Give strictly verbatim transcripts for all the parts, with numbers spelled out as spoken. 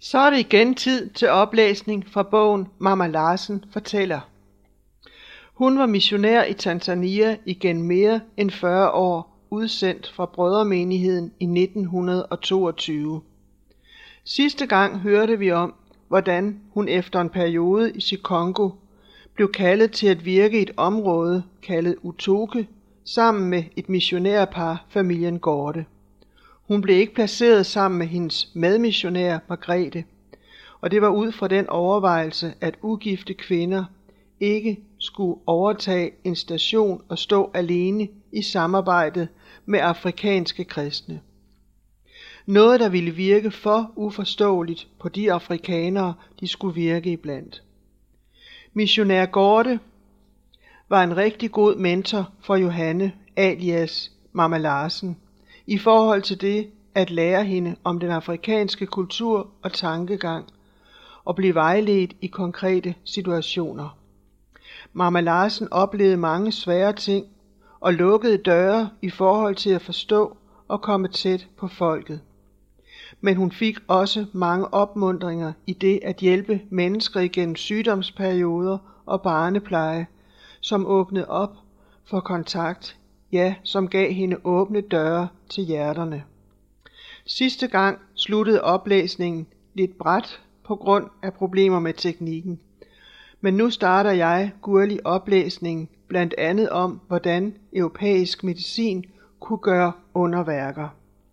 Så er det igen tid til oplæsning fra bogen Mamma Larsen fortæller. Hun var missionær i Tanzania igennem mere end fyrre år, udsendt fra Brødremenigheden i nitten toogtyve. Sidste gang hørte vi om, hvordan hun efter en periode i Chikongo blev kaldet til at virke i et område kaldet Utoke sammen med et missionærpar, familien Gorte. Hun blev ikke placeret sammen med hendes medmissionær Margrethe, og det var ud fra den overvejelse, at ugifte kvinder ikke skulle overtage en station og stå alene i samarbejdet med afrikanske kristne. Noget, der ville virke for uforståeligt på de afrikanere, de skulle virke iblandt. Missionær Gorte var en rigtig god mentor for Johanne alias Mamma Larsen i forhold til det at lære hende om den afrikanske kultur og tankegang og blive vejledt i konkrete situationer. Mamma Larsen oplevede mange svære ting og lukkede døre i forhold til at forstå og komme tæt på folket. Men hun fik også mange opmuntringer i det at hjælpe mennesker igennem sygdomsperioder og barnepleje, som åbnede op for kontakt, ja, som gav hende åbne døre til hjerterne. Sidste gang sluttede oplæsningen lidt brat på grund af problemer med teknikken. Men nu starter jeg Gurli oplæsningen blandt andet om, hvordan europæisk medicin kunne gøre underværker.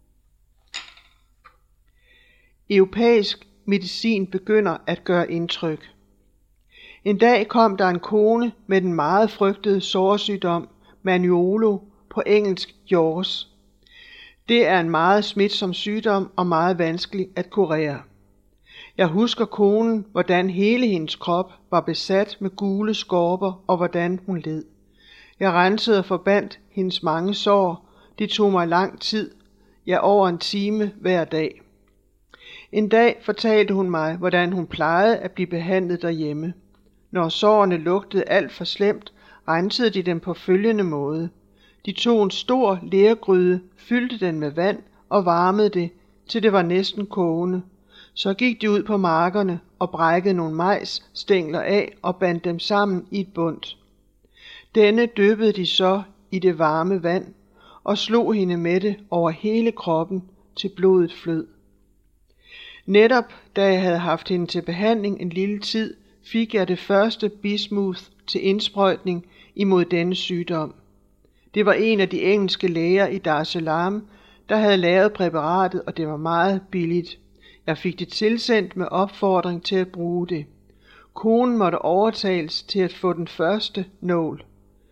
Europæisk medicin begynder at gøre indtryk. En dag kom der en kone med den meget frygtede sårsygdom, Maniolo, på engelsk Jaws. Det er en meget smitsom sygdom og meget vanskelig at kurere. Jeg husker konen, hvordan hele hendes krop var besat med gule skorper og hvordan hun led. Jeg rensede og forbandt hendes mange sår. Det tog mig lang tid, ja over en time hver dag. En dag fortalte hun mig, hvordan hun plejede at blive behandlet derhjemme. Når sårene lugtede alt for slemt, rensede de dem på følgende måde. De tog en stor lergryde, fyldte den med vand og varmede det, til det var næsten kogende. Så gik de ud på markerne og brækkede nogle majsstængler af og bandt dem sammen i et bundt. Denne dyppede de så i det varme vand og slog hende med det over hele kroppen, til blodet flød. Netop da jeg havde haft hende til behandling en lille tid, fik jeg det første bismuth til indsprøjtning imod denne sygdom. Det var en af de engelske læger i Dar es Salaam, der havde lavet præparatet, og det var meget billigt. Jeg fik det tilsendt med opfordring til at bruge det. Konen måtte overtales til at få den første nål.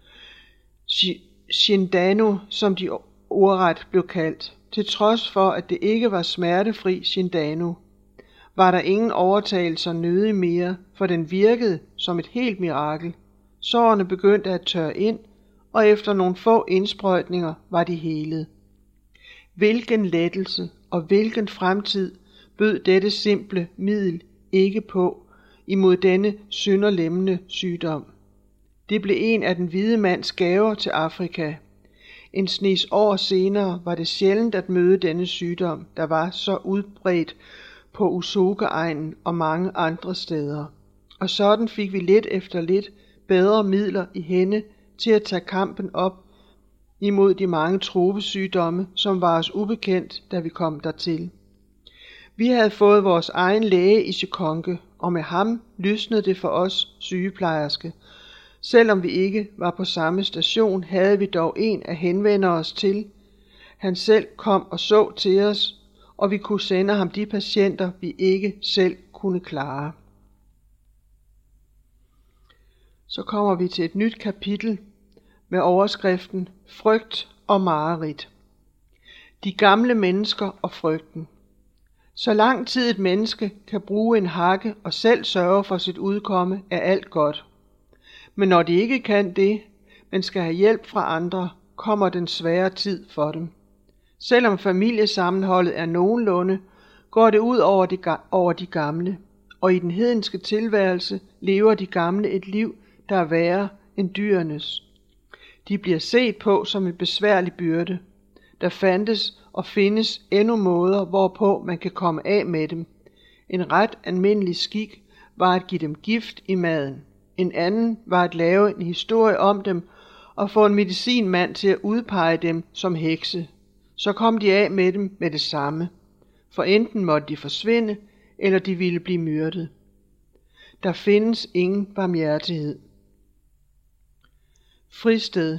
Shindano, som de ordret blev kaldt, til trods for at det ikke var smertefri Shindano, var der ingen overtagelser nødig mere, for den virkede som et helt mirakel. Sårene begyndte at tørre ind, og efter nogle få indsprøjtninger var de helet. Hvilken lettelse og hvilken fremtid bød dette simple middel ikke på imod denne synderlemmende sygdom. Det blev en af den hvide mands gaver til Afrika. En snes år senere var det sjældent at møde denne sygdom, der var så udbredt på Usoga-egnen og mange andre steder. Og sådan fik vi lidt efter lidt bedre midler i hænde til at tage kampen op imod de mange tropesygdomme, som var os ubekendt, da vi kom dertil. Vi havde fået vores egen læge i Chikongo, og med ham lysnede det for os sygeplejerske. Selvom vi ikke var på samme station, havde vi dog en at henvende os til. Han selv kom og så til os, og vi kunne sende ham de patienter, vi ikke selv kunne klare. Så kommer vi til et nyt kapitel med overskriften Frygt og mareridt. De gamle mennesker og frygten. Så lang tid et menneske kan bruge en hakke og selv sørge for sit udkomme, er alt godt. Men når de ikke kan det, men skal have hjælp fra andre, kommer den svære tid for dem. Selvom familiesammenholdet er nogenlunde, går det ud over de, over de gamle, og i den hedenske tilværelse lever de gamle et liv, der er værre end dyrenes. De bliver set på som en besværlig byrde. Der fandtes og findes endnu måder, hvorpå man kan komme af med dem. En ret almindelig skik var at give dem gift i maden. En anden var at lave en historie om dem og få en medicinmand til at udpege dem som hekse. Så kom de af med dem med det samme, for enten måtte de forsvinde, eller de ville blive myrdet. Der findes ingen barmhjertighed. Fristed.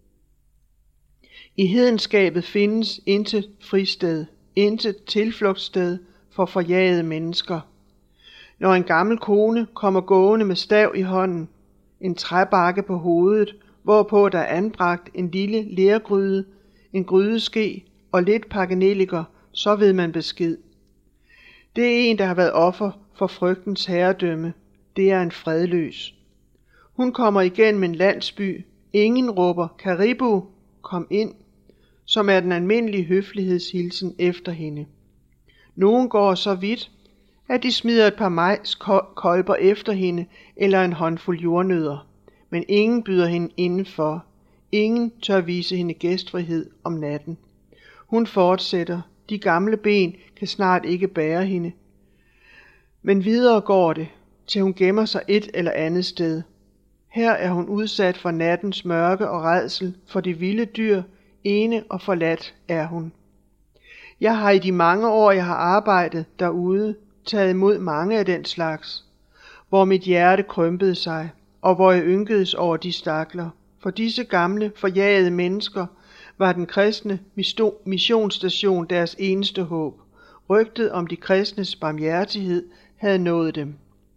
I hedenskabet findes intet fristed, intet tilflugtssted for forjagede mennesker. Når en gammel kone kommer gående med stav i hånden, en træbakke på hovedet, hvorpå der er anbragt en lille lergryde, en grydeske og lidt pakkenelliker, så ved man besked. Det er en, der har været offer for frygtens herredømme. Det er en fredløs. Hun kommer igennem en landsby. Ingen råber Karibu, kom ind, som er den almindelige høflighedshilsen efter hende. Nogen går så vidt, at de smider et par majskolber efter hende eller en håndfuld jordnødder, men ingen byder hende indenfor. Ingen tør vise hende gæstfrihed om natten. Hun fortsætter. De gamle ben kan snart ikke bære hende. Men videre går det, til hun gemmer sig et eller andet sted. Her er hun udsat for nattens mørke og rædsel for de vilde dyr. Ene og forladt er hun. Jeg har i de mange år, jeg har arbejdet derude, taget imod mange af den slags, hvor mit hjerte krympede sig, og hvor jeg ynkedes over de stakler. For disse gamle, forjagede mennesker var den kristne missionsstation deres eneste håb. Rygtet om de kristnes barmhjertighed havde nået dem.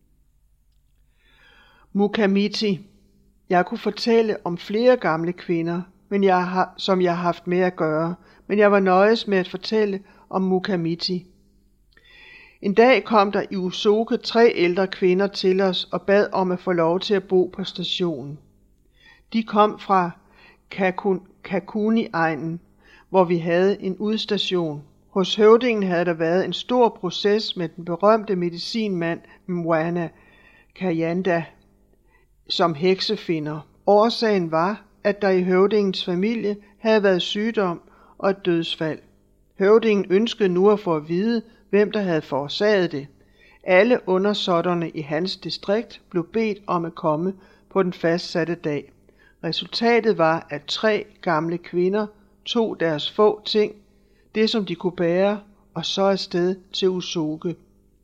Mukamiti. Jeg kunne fortælle om flere gamle kvinder, men jeg har, som jeg har haft med at gøre, men jeg var nøjes med at fortælle om Mukamiti. En dag kom der i Usoke tre ældre kvinder til os og bad om at få lov til at bo på stationen. De kom fra Kakuni-egnen, hvor vi havde en udstation. Hos høvdingen havde der været en stor proces med den berømte medicinmand Mwana Kayanda som heksefinder. Årsagen var, at der i høvdingens familie havde været sygdom og et dødsfald. Høvdingen ønskede nu at få at vide, hvem der havde forårsaget det. Alle undersåtterne i hans distrikt blev bedt om at komme på den fastsatte dag. Resultatet var, at tre gamle kvinder tog deres få ting, det som de kunne bære, og så afsted til Usoke.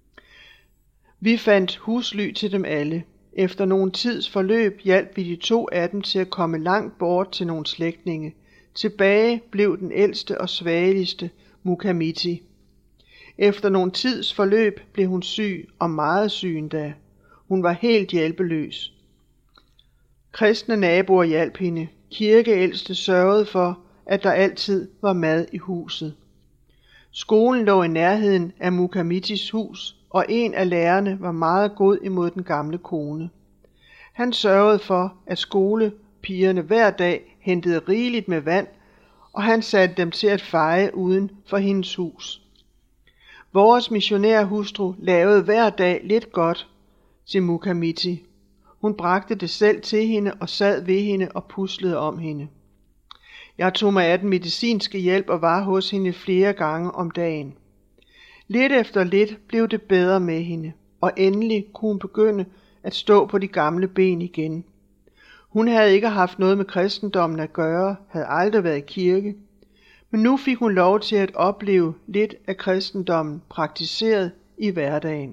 Vi fandt husly til dem alle. Efter nogen tids forløb hjalp vi de to af dem til at komme langt bort til nogle slægtninge. Tilbage blev den ældste og svageligste, Mukamiti. Efter nogen tids forløb blev hun syg, og meget syg endda. Hun var helt hjælpeløs. Kristne naboer hjalp hende. Kirkeældste sørgede for, at der altid var mad i huset. Skolen lå i nærheden af Mukamitis hus, og en af lærerne var meget god imod den gamle kone. Han sørgede for, at skolepigerne hver dag hentede rigeligt med vand, og han satte dem til at feje uden for hendes hus. Vores missionærhustru lavede hver dag lidt godt til Mukamiti. Hun bragte det selv til hende og sad ved hende og puslede om hende. Jeg tog mig af den medicinske hjælp og var hos hende flere gange om dagen. Lidt efter lidt blev det bedre med hende, og endelig kunne hun begynde at stå på de gamle ben igen. Hun havde ikke haft noget med kristendommen at gøre, havde aldrig været i kirke, men nu fik hun lov til at opleve lidt af kristendommen praktiseret i hverdagen.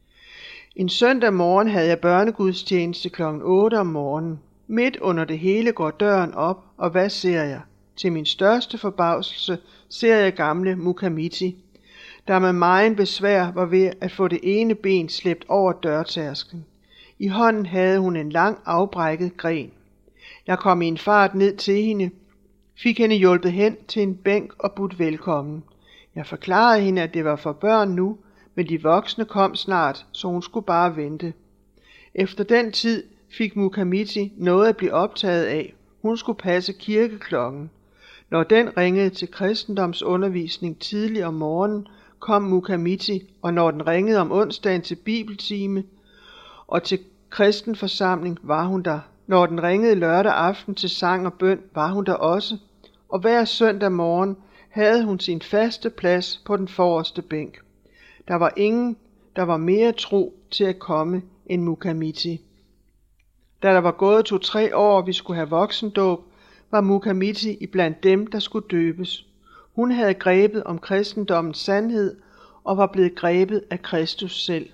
En søndag morgen havde jeg børnegudstjeneste klokken otte om morgenen. Midt under det hele går døren op, og hvad ser jeg? Til min største forbavselse ser jeg gamle Mukamiti, der med megen besvær var ved at få det ene ben slæbt over dørtærsken. I hånden havde hun en lang afbrækket gren. Jeg kom i en fart ned til hende, fik hende hjulpet hen til en bænk og budt velkommen. Jeg forklarede hende, at det var for børn nu, men de voksne kom snart, så hun skulle bare vente. Efter den tid fik Mukamiti noget at blive optaget af. Hun skulle passe kirkeklokken. Når den ringede til kristendomsundervisning tidlig om morgenen, kom Mukamiti, og når den ringede om onsdagen til bibeltime og til kristenforsamling, var hun der. Når den ringede lørdag aften til sang og bøn, var hun der også. Og hver søndag morgen havde hun sin faste plads på den forreste bænk. Der var ingen, der var mere tro til at komme end Mukamiti. Da der var gået to-tre år, vi skulle have voksendåb, var Mukamiti iblandt dem, der skulle døbes. Hun havde grebet om kristendommens sandhed og var blevet grebet af Kristus selv.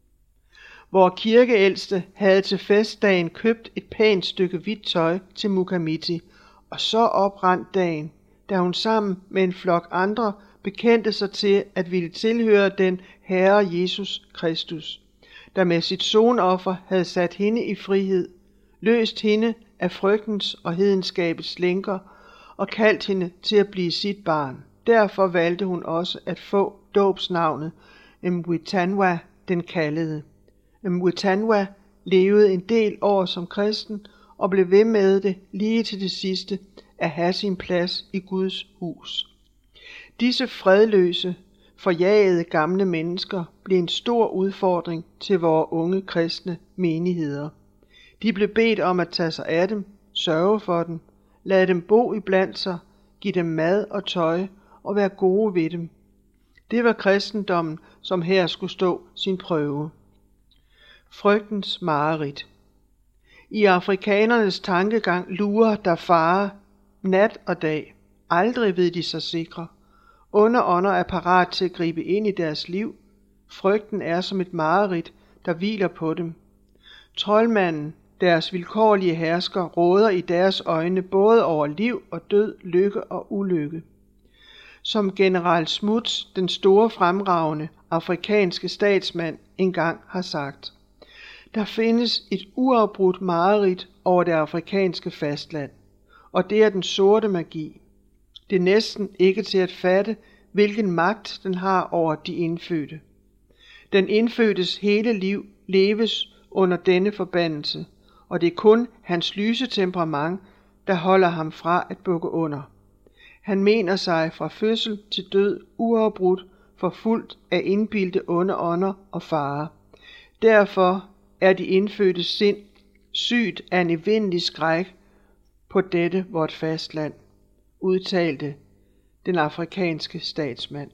Vor kirkeældste havde til festdagen købt et pænt stykke hvidt tøj til Mukamiti, og så oprandt dagen, da hun sammen med en flok andre bekendte sig til at ville tilhøre den Herre Jesus Kristus, der med sit sonoffer havde sat hende i frihed, løst hende af frygtens og hedenskabets lænker og kaldt hende til at blive sit barn. Derfor valgte hun også at få dåbsnavnet Mwitanwa den kaldede. Mwitanwa levede en del år som kristen og blev ved med det lige til det sidste at have sin plads i Guds hus. Disse fredløse, forjagede gamle mennesker blev en stor udfordring til vores unge kristne menigheder. De blev bedt om at tage sig af dem, sørge for dem, lade dem bo iblandt sig, give dem mad og tøj og være gode ved dem. Det var kristendommen, som her skulle stå sin prøve. Frygtens mareridt. I afrikanernes tankegang lurer der fare nat og dag. Aldrig ved de sig sikre. Onde ånder er parat til at gribe ind i deres liv. Frygten er som et mareridt, der hviler på dem. Troldmanden, deres vilkårlige hersker, råder i deres øjne både over liv og død, lykke og ulykke. Som general Smuts, den store fremragende afrikanske statsmand, engang har sagt: der findes et uafbrudt mareridt over det afrikanske fastland, og det er den sorte magi. Det er næsten ikke til at fatte, hvilken magt den har over de indfødte. Den indfødtes hele liv leves under denne forbandelse, og det er kun hans lyse temperament, der holder ham fra at bukke under. Han mener sig fra fødsel til død uafbrudt forfulgt af indbildte onde ånder og farer. Derfor er de indfødte sind sygt af en evindelig skræk på dette vort fastland, udtalte den afrikanske statsmand.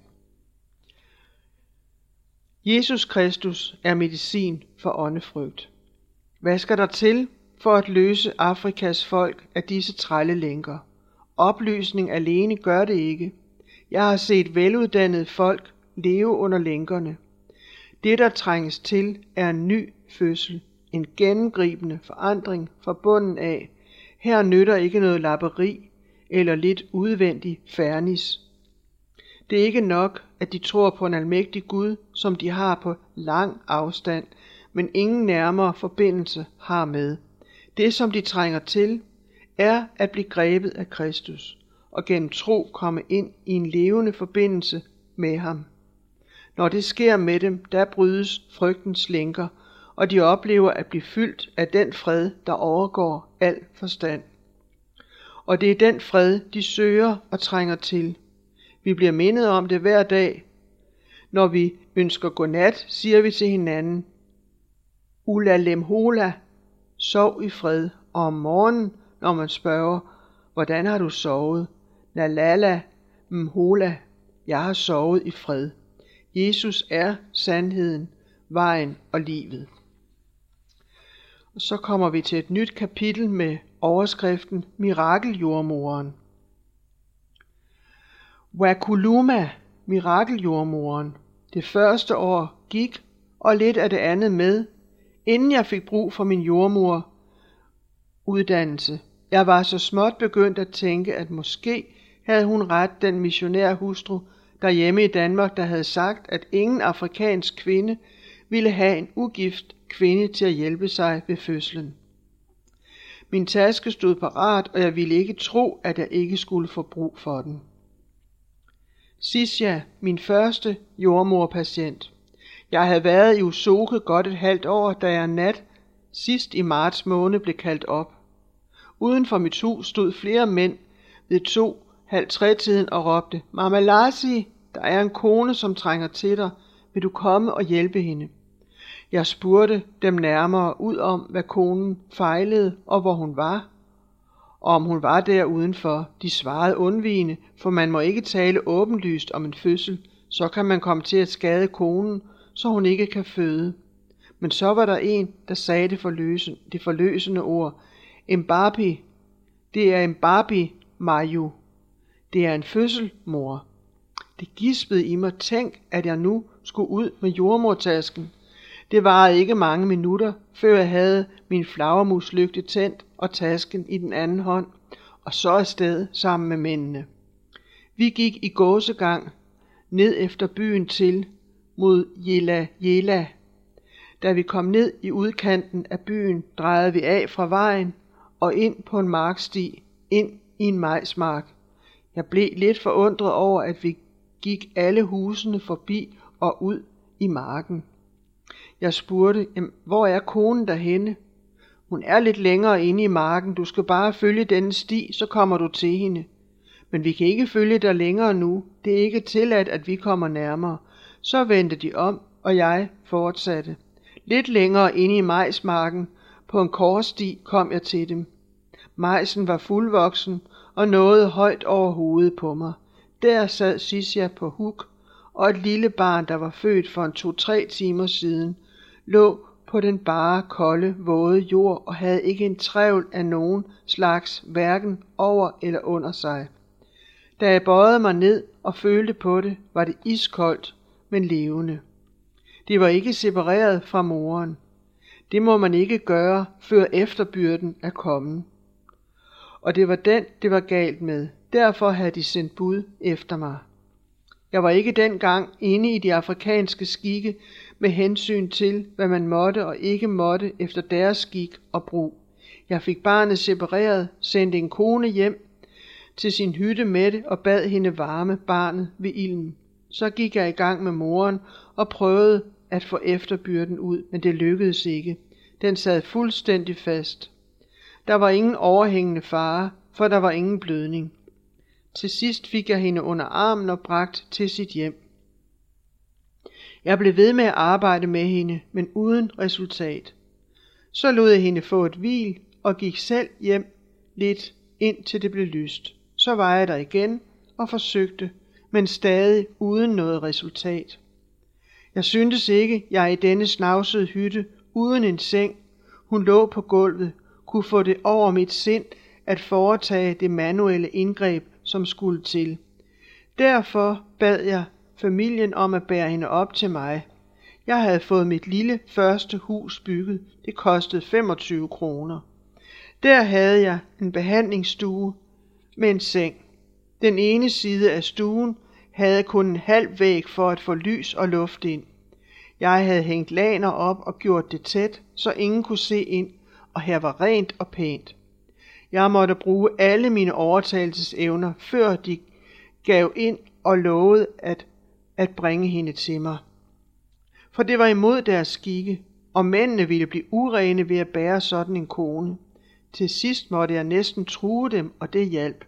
Jesus Kristus er medicin for åndefrygt. Hvad skal der til for at løse Afrikas folk af disse trælle lænker? Oplysning alene gør det ikke. Jeg har set veluddannede folk leve under lænkerne. Det, der trænges til, er en ny fødsel, en gennemgribende forandring fra bunden af. Her nytter ikke noget lapperi eller lidt udvendig fernis. Det er ikke nok, at de tror på en almægtig Gud, som de har på lang afstand, men ingen nærmere forbindelse har med. Det, som de trænger til, er at blive grebet af Kristus og gennem tro komme ind i en levende forbindelse med ham. Når det sker med dem, der brydes frygtens lænker, og de oplever at blive fyldt af den fred, der overgår al forstand. Og det er den fred, de søger og trænger til. Vi bliver mindet om det hver dag. Når vi ønsker godnat, siger vi til hinanden: Ula lemhola, sov i fred. Og om morgenen, når man spørger: hvordan har du sovet? Nalala mhola, jeg har sovet i fred. Jesus er sandheden, vejen og livet. Og så kommer vi til et nyt kapitel med overskriften Mirakeljordmoren. Wakuluma, mirakeljordmoren. Det første år gik, og lidt af det andet med, inden jeg fik brug for min jordmor uddannelse. Jeg var så småt begyndt at tænke, at måske havde hun ret, den missionærhustru derhjemme i Danmark, der havde sagt, at ingen afrikansk kvinde ville have en ugift kvinde til at hjælpe sig ved fødslen. Min taske stod parat, og jeg ville ikke tro, at jeg ikke skulle få brug for den. Sisja, min første jordmorpatient. Jeg havde været i Usoke godt et halvt år, da jeg nat sidst i marts måned blev kaldt op. Uden for mit hus stod flere mænd ved to, halv tre tiden og råbte: Mama Lassi, der er en kone, som trænger til dig. Vil du komme og hjælpe hende? Jeg spurgte dem nærmere ud om, hvad konen fejlede og hvor hun var, og om hun var der udenfor. De svarede undvigende, for man må ikke tale åbenlyst om en fødsel, så kan man komme til at skade konen, så hun ikke kan føde. Men så var der en, der sagde det forløsende, det forløsende ord. Mbapi, det er Mbapi, Maju. Det er en fødsel, mor. Det gispede i mig. Tænk, at jeg nu skulle ud med jordmortasken. Det varede ikke mange minutter, før jeg havde min flagermuslygte tændt og tasken i den anden hånd, og så afsted sammen med mændene. Vi gik i gåsegang ned efter byen til mod Jela Jela. Da vi kom ned i udkanten af byen, drejede vi af fra vejen og ind på en marksti, ind i en majsmark. Jeg blev lidt forundret over, at vi gik alle husene forbi og ud i marken. Jeg spurgte, hvor er konen derhenne? Hun er lidt længere inde i marken. Du skal bare følge denne sti, så kommer du til hende. Men vi kan ikke følge dig længere nu. Det er ikke tilladt, at vi kommer nærmere. Så vendte de om, og jeg fortsatte. Lidt længere inde i majsmarken, på en korssti, kom jeg til dem. Majsen var fuldvoksen og nåede højt over hovedet på mig. Der sad Sisja på huk, og et lille barn, der var født for en to-tre timer siden, lå på den bare, kolde, våde jord og havde ikke en trævl af nogen slags, hverken over eller under sig. Da jeg bøjede mig ned og følte på det, var det iskoldt, men levende. Det var ikke separeret fra moren. Det må man ikke gøre, før efterbyrden er kommet. Og det var den, det var galt med. Derfor havde de sendt bud efter mig. Jeg var ikke dengang inde i de afrikanske skikke med hensyn til, hvad man måtte og ikke måtte efter deres skik og brug. Jeg fik barnet separeret, sendte en kone hjem til sin hytte med det og bad hende varme barnet ved ilden. Så gik jeg i gang med moren og prøvede at få efterbyrden ud, men det lykkedes ikke. Den sad fuldstændig fast. Der var ingen overhængende fare, for der var ingen blødning. Til sidst fik jeg hende under armen og bragt til sit hjem. Jeg blev ved med at arbejde med hende, men uden resultat. Så lod jeg hende få et hvil og gik selv hjem lidt, indtil det blev lyst. Så var jeg der igen og forsøgte, men stadig uden noget resultat. Jeg syntes ikke, jeg i denne snavsede hytte, uden en seng, hun lå på gulvet, kunne få det over mit sind at foretage det manuelle indgreb, som skulle til. Derfor bad jeg familien om at bære hende op til mig. Jeg havde fået mit lille første hus bygget. Det kostede femogtyve kroner. Der havde jeg en behandlingsstue med en seng. Den ene side af stuen havde kun en halv væg for at få lys og luft ind. Jeg havde hængt laner op og gjort det tæt, så ingen kunne se ind, og her var rent og pænt. Jeg måtte bruge alle mine overtagelsesevner, før de gav ind og lovede at, at bringe hende til mig. For det var imod deres skikke, og mændene ville blive urene ved at bære sådan en kone. Til sidst måtte jeg næsten true dem, og det hjalp.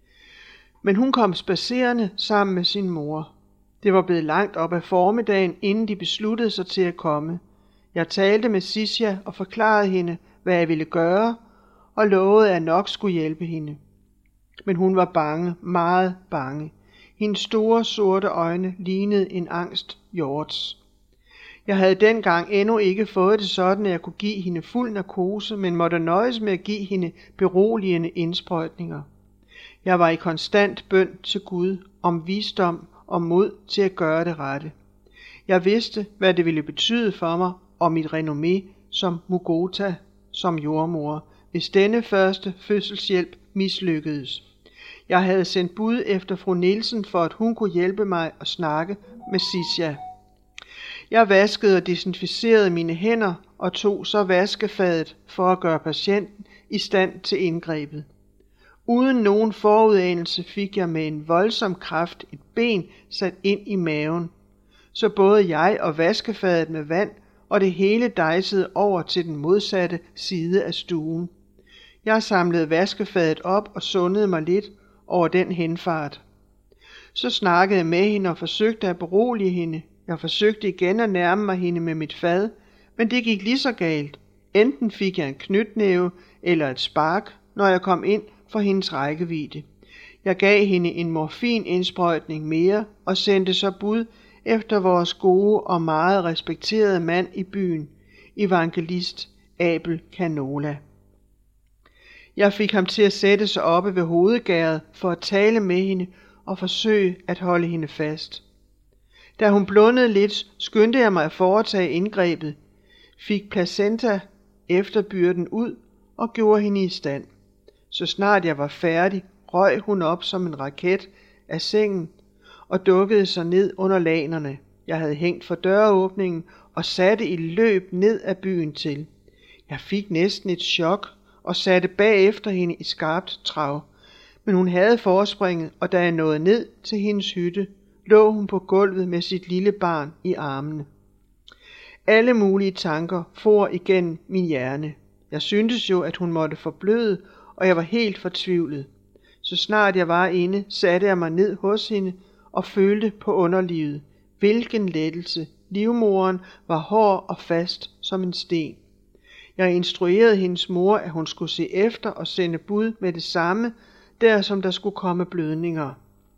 Men hun kom spadserende sammen med sin mor. Det var blevet langt op ad formiddagen, inden de besluttede sig til at komme. Jeg talte med Sisja og forklarede hende, hvad jeg ville gøre, og lovede, at jeg nok skulle hjælpe hende. Men hun var bange, meget bange. Hendes store sorte øjne lignede en angst hjorts. Jeg havde dengang endnu ikke fået det sådan, at jeg kunne give hende fuld narkose, men måtte nøjes med at give hende beroligende indsprøjtninger. Jeg var i konstant bøn til Gud om visdom og mod til at gøre det rette. Jeg vidste, hvad det ville betyde for mig og mit renommé som Mugota, som jordmor, hvis denne første fødselshjælp mislykkedes. Jeg havde sendt bud efter fru Nielsen for, at hun kunne hjælpe mig at snakke med Sisja. Jeg vaskede og desinficerede mine hænder og tog så vaskefadet for at gøre patienten i stand til indgrebet. Uden nogen forudanelse fik jeg med en voldsom kraft et ben sat ind i maven, så både jeg og vaskefadet med vand og det hele dejsede over til den modsatte side af stuen. Jeg samlede vaskefadet op og sundede mig lidt over den henfart. Så snakkede jeg med hende og forsøgte at berolige hende. Jeg forsøgte igen at nærme mig hende med mit fad, men det gik lige så galt. Enten fik jeg en knytnæve eller et spark, når jeg kom ind for hendes rækkevidde. Jeg gav hende en morfinindsprøjtning mere og sendte så bud efter vores gode og meget respekterede mand i byen, evangelist Abel Canola. Jeg fik ham til at sætte sig oppe ved hovedgærdet for at tale med hende og forsøge at holde hende fast. Da hun blundede lidt, skyndte jeg mig at foretage indgrebet, fik placenta efterbyrden ud og gjorde hende i stand. Så snart jeg var færdig, røg hun op som en raket af sengen og dukkede sig ned under lanerne. Jeg havde hængt for døråbningen og satte i løb ned ad byen til. Jeg fik næsten et chok og satte bagefter hende i skarpt trav. Men hun havde forspringet, og da jeg nåede ned til hendes hytte, lå hun på gulvet med sit lille barn i armene. Alle mulige tanker for igennem min hjerne. Jeg syntes jo, at hun måtte forbløde, og jeg var helt fortvivlet. Så snart jeg var inde, satte jeg mig ned hos hende og følte på underlivet. Hvilken lettelse! Livmoderen var hård og fast som en sten. Jeg instruerede hendes mor, at hun skulle se efter og sende bud med det samme, der som der skulle komme blødninger.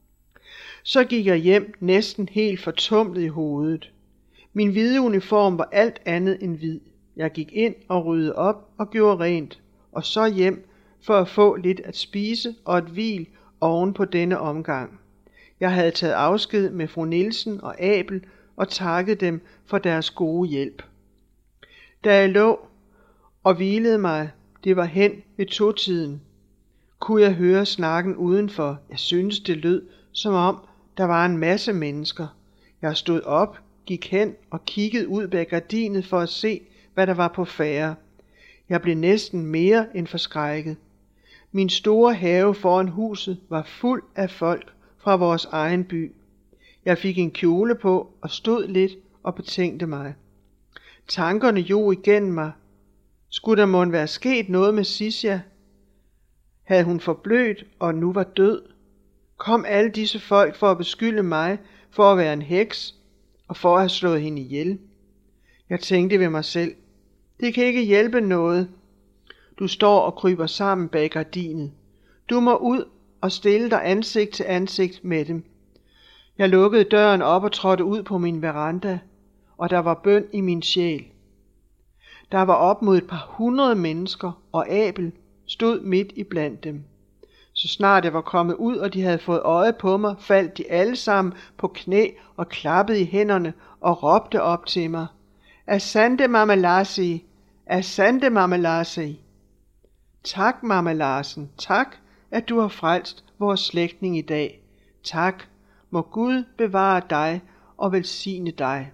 Så gik jeg hjem næsten helt fortumlet i hovedet. Min hvide uniform var alt andet end hvid. Jeg gik ind og ryddede op og gjorde rent, og så hjem for at få lidt at spise og et hvil oven på denne omgang. Jeg havde taget afsked med fru Nielsen og Abel og takket dem for deres gode hjælp. Da jeg lå og hvilede mig, det var hen ved totiden, kunne jeg høre snakken udenfor. Jeg syntes, det lød, som om der var en masse mennesker. Jeg stod op, gik hen og kiggede ud bag gardinet for at se, hvad der var på færde. Jeg blev næsten mere end forskrækket. Min store have foran huset var fuld af folk fra vores egen by. Jeg fik en kjole på og stod lidt og betænkte mig. Tankerne jo igennem mig. Skulle der mon være sket noget med Sisja? Havde hun forblødt og nu var død? Kom alle disse folk for at beskylde mig for at være en heks og for at have slået hende ihjel? Jeg tænkte ved mig selv, det kan ikke hjælpe noget. Du står og kryber sammen bag gardinet. Du må ud og stille dig ansigt til ansigt med dem. Jeg lukkede døren op og trådte ud på min veranda, og der var bøn i min sjæl. Der var op mod et par hundrede mennesker, og Abel stod midt i blandt dem. Så snart jeg var kommet ud, og de havde fået øje på mig, faldt de alle sammen på knæ og klappede i hænderne og råbte op til mig. Asante Mama Larsi, Asante Mama Larsi. Tak, Mama Larsen, tak, at du har frelst vores slægtning i dag. Tak, må Gud bevare dig og velsigne dig.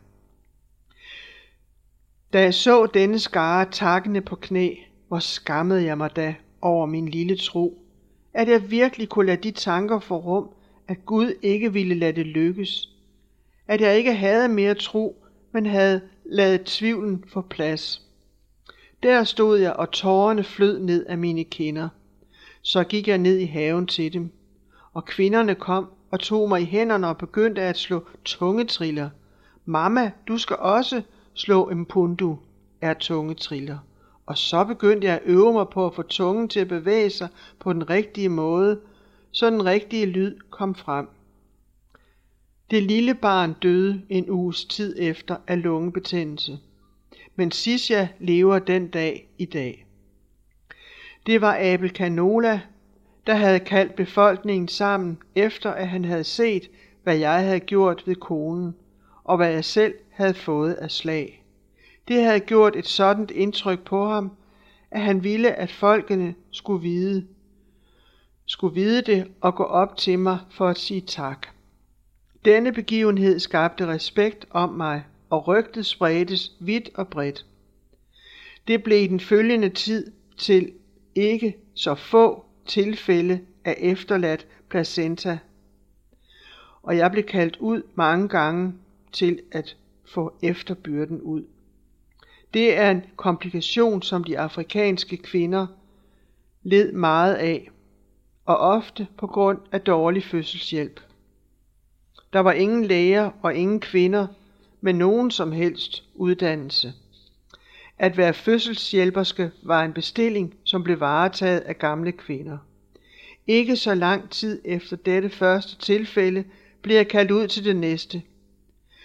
Da jeg så denne skare takkende på knæ, hvor skammede jeg mig da over min lille tro, at jeg virkelig kunne lade de tanker få rum, at Gud ikke ville lade det lykkes, at jeg ikke havde mere tro, men havde ladet tvivlen få plads. Der stod jeg, og tårerne flød ned af mine kinder. Så gik jeg ned i haven til dem, og kvinderne kom og tog mig i hænderne og begyndte at slå tungetriller. Mamma, du skal også slå impundu, er tungetriller. Og så begyndte jeg at øve mig på at få tungen til at bevæge sig på den rigtige måde, så den rigtige lyd kom frem. Det lille barn døde en uges tid efter af lungebetændelse. Men Sisja lever den dag i dag. Det var Abel Canola, der havde kaldt befolkningen sammen, efter at han havde set, hvad jeg havde gjort ved konen, og hvad jeg selv havde fået af slag. Det havde gjort et sådant indtryk på ham, at han ville, at folkene skulle vide, skulle vide det og gå op til mig for at sige tak. Denne begivenhed skabte respekt om mig, og rygtet spredtes vidt og bredt. Det blev i den følgende tid til ikke så få tilfælde af efterladt placenta, og jeg blev kaldt ud mange gange til at få efterbyrden ud. Det er en komplikation, som de afrikanske kvinder led meget af, og ofte på grund af dårlig fødselshjælp. Der var ingen læger og ingen kvinder med nogen som helst uddannelse. At være fødselshjælperske var en bestilling, som blev varetaget af gamle kvinder. Ikke så lang tid efter dette første tilfælde blev jeg kaldt ud til det næste.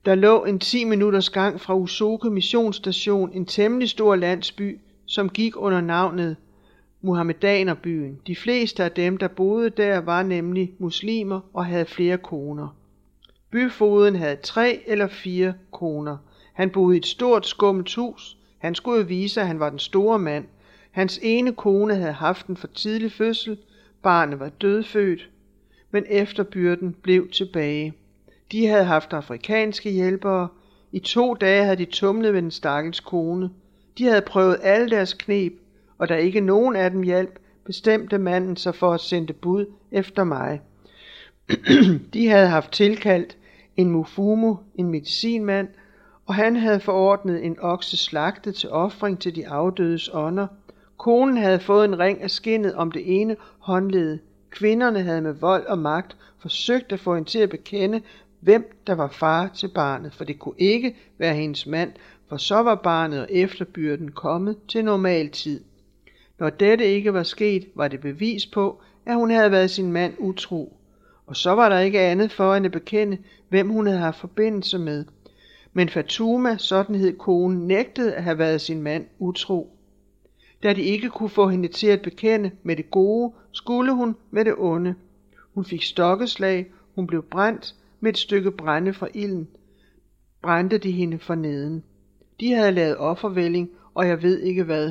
Der lå en ti minutters gang fra Usoke missionsstation en temmelig stor landsby, som gik under navnet Muhammedanerbyen. De fleste af dem, der boede der, var nemlig muslimer og havde flere koner. Byfogeden havde tre eller fire koner. Han boede i et stort skummelt hus. Han skulle jo vise, at han var den store mand. Hans ene kone havde haft en for tidlig fødsel. Barnet var dødfødt, men efterbyrden blev tilbage. De havde haft afrikanske hjælpere. I to dage havde de tumlet ved den stakkels kone. De havde prøvet alle deres kneb, og da ikke nogen af dem hjalp, bestemte manden sig for at sende bud efter mig. De havde haft tilkaldt en mufumu, en medicinmand, og han havde forordnet en okse slagtet til ofring til de afdødes ånder. Konen havde fået en ring af skindet om det ene håndled. Kvinderne havde med vold og magt forsøgt at få hende til at bekende, hvem der var far til barnet, for det kunne ikke være hendes mand, for så var barnet og efterbyrden kommet til normal tid. Når dette ikke var sket, var det bevis på, at hun havde været sin mand utro, og så var der ikke andet for hende at bekende, hvem hun havde haft forbindelse med. Men Fatuma, sådan hed konen, nægtede at have været sin mand utro. Da de ikke kunne få hende til at bekende med det gode, skulle hun med det onde. Hun fik stokkeslag, hun blev brændt med et stykke brænde fra ilden. Brændte de hende for neden. De havde lavet offervælling, og jeg ved ikke hvad.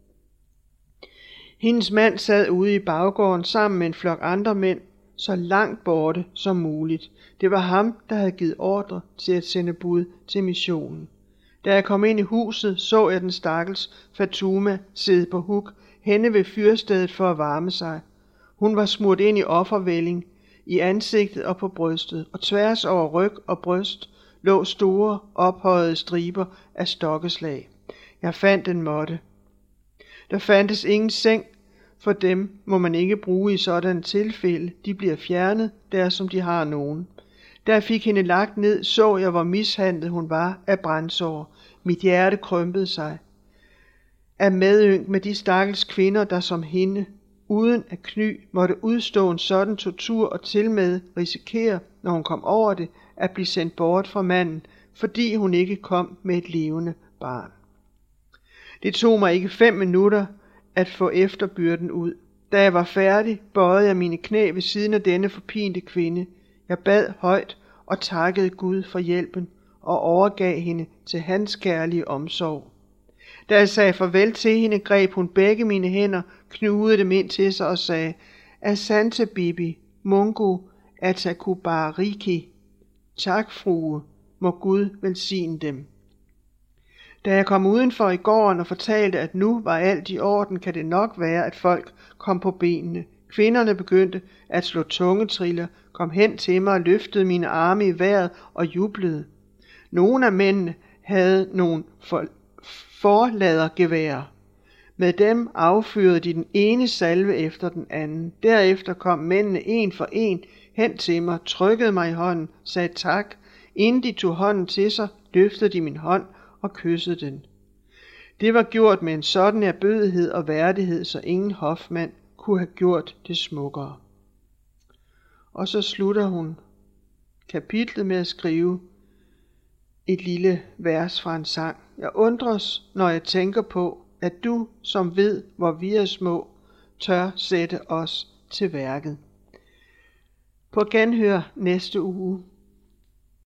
Hendes mand sad ude i baggården sammen med en flok andre mænd, så langt borte som muligt. Det var ham, der havde givet ordre til at sende bud til missionen. Da jeg kom ind i huset, så jeg den stakkels Fatuma sidde på huk henne ved fyrstedet for at varme sig. Hun var smurt ind i offervælling, i ansigtet og på brystet, og tværs over ryg og bryst lå store, ophøjede striber af stokkeslag. Jeg fandt en måtte. Der fandtes ingen seng, for dem må man ikke bruge i sådan tilfælde. De bliver fjernet, der som de har nogen. Da jeg fik hende lagt ned, så jeg, hvor mishandlet hun var af brændsår. Mit hjerte krympede sig. Af medynk med de stakkels kvinder, der som hende, uden at kny, måtte udstå en sådan tortur og tilmed risikere, når hun kom over det, at blive sendt bort fra manden, fordi hun ikke kom med et levende barn. Det tog mig ikke fem minutter at få efterbyrden ud. Da jeg var færdig, bøjede jeg mine knæ ved siden af denne forpinte kvinde. Jeg bad højt og takkede Gud for hjælpen og overgav hende til hans kærlige omsorg. Da jeg sagde farvel til hende, greb hun begge mine hænder, knugede dem ind til sig og sagde, Asante Bibi, Mungu Atakubariki. Tak, frue, må Gud velsigne dem. Da jeg kom udenfor i gården og fortalte, at nu var alt i orden, kan det nok være, at folk kom på benene. Kvinderne begyndte at slå tungetriller, kom hen til mig og løftede mine arme i vejret og jublede. Nogle af mændene havde nogle for, forladergeværer. Med dem affyrede de den ene salve efter den anden. Derefter kom mændene en for en hen til mig, trykkede mig i hånden, sagde tak. Inden de tog hånden til sig, løftede de min hånd og kyssede den. Det var gjort med en sådan erbødighed og værdighed, så ingen hofmand kunne have gjort det smukkere. Og så slutter hun kapitlet med at skrive et lille vers fra en sang. Jeg undres, når jeg tænker på, at du, som ved, hvor vi er små, tør sætte os til værket. På genhør næste uge.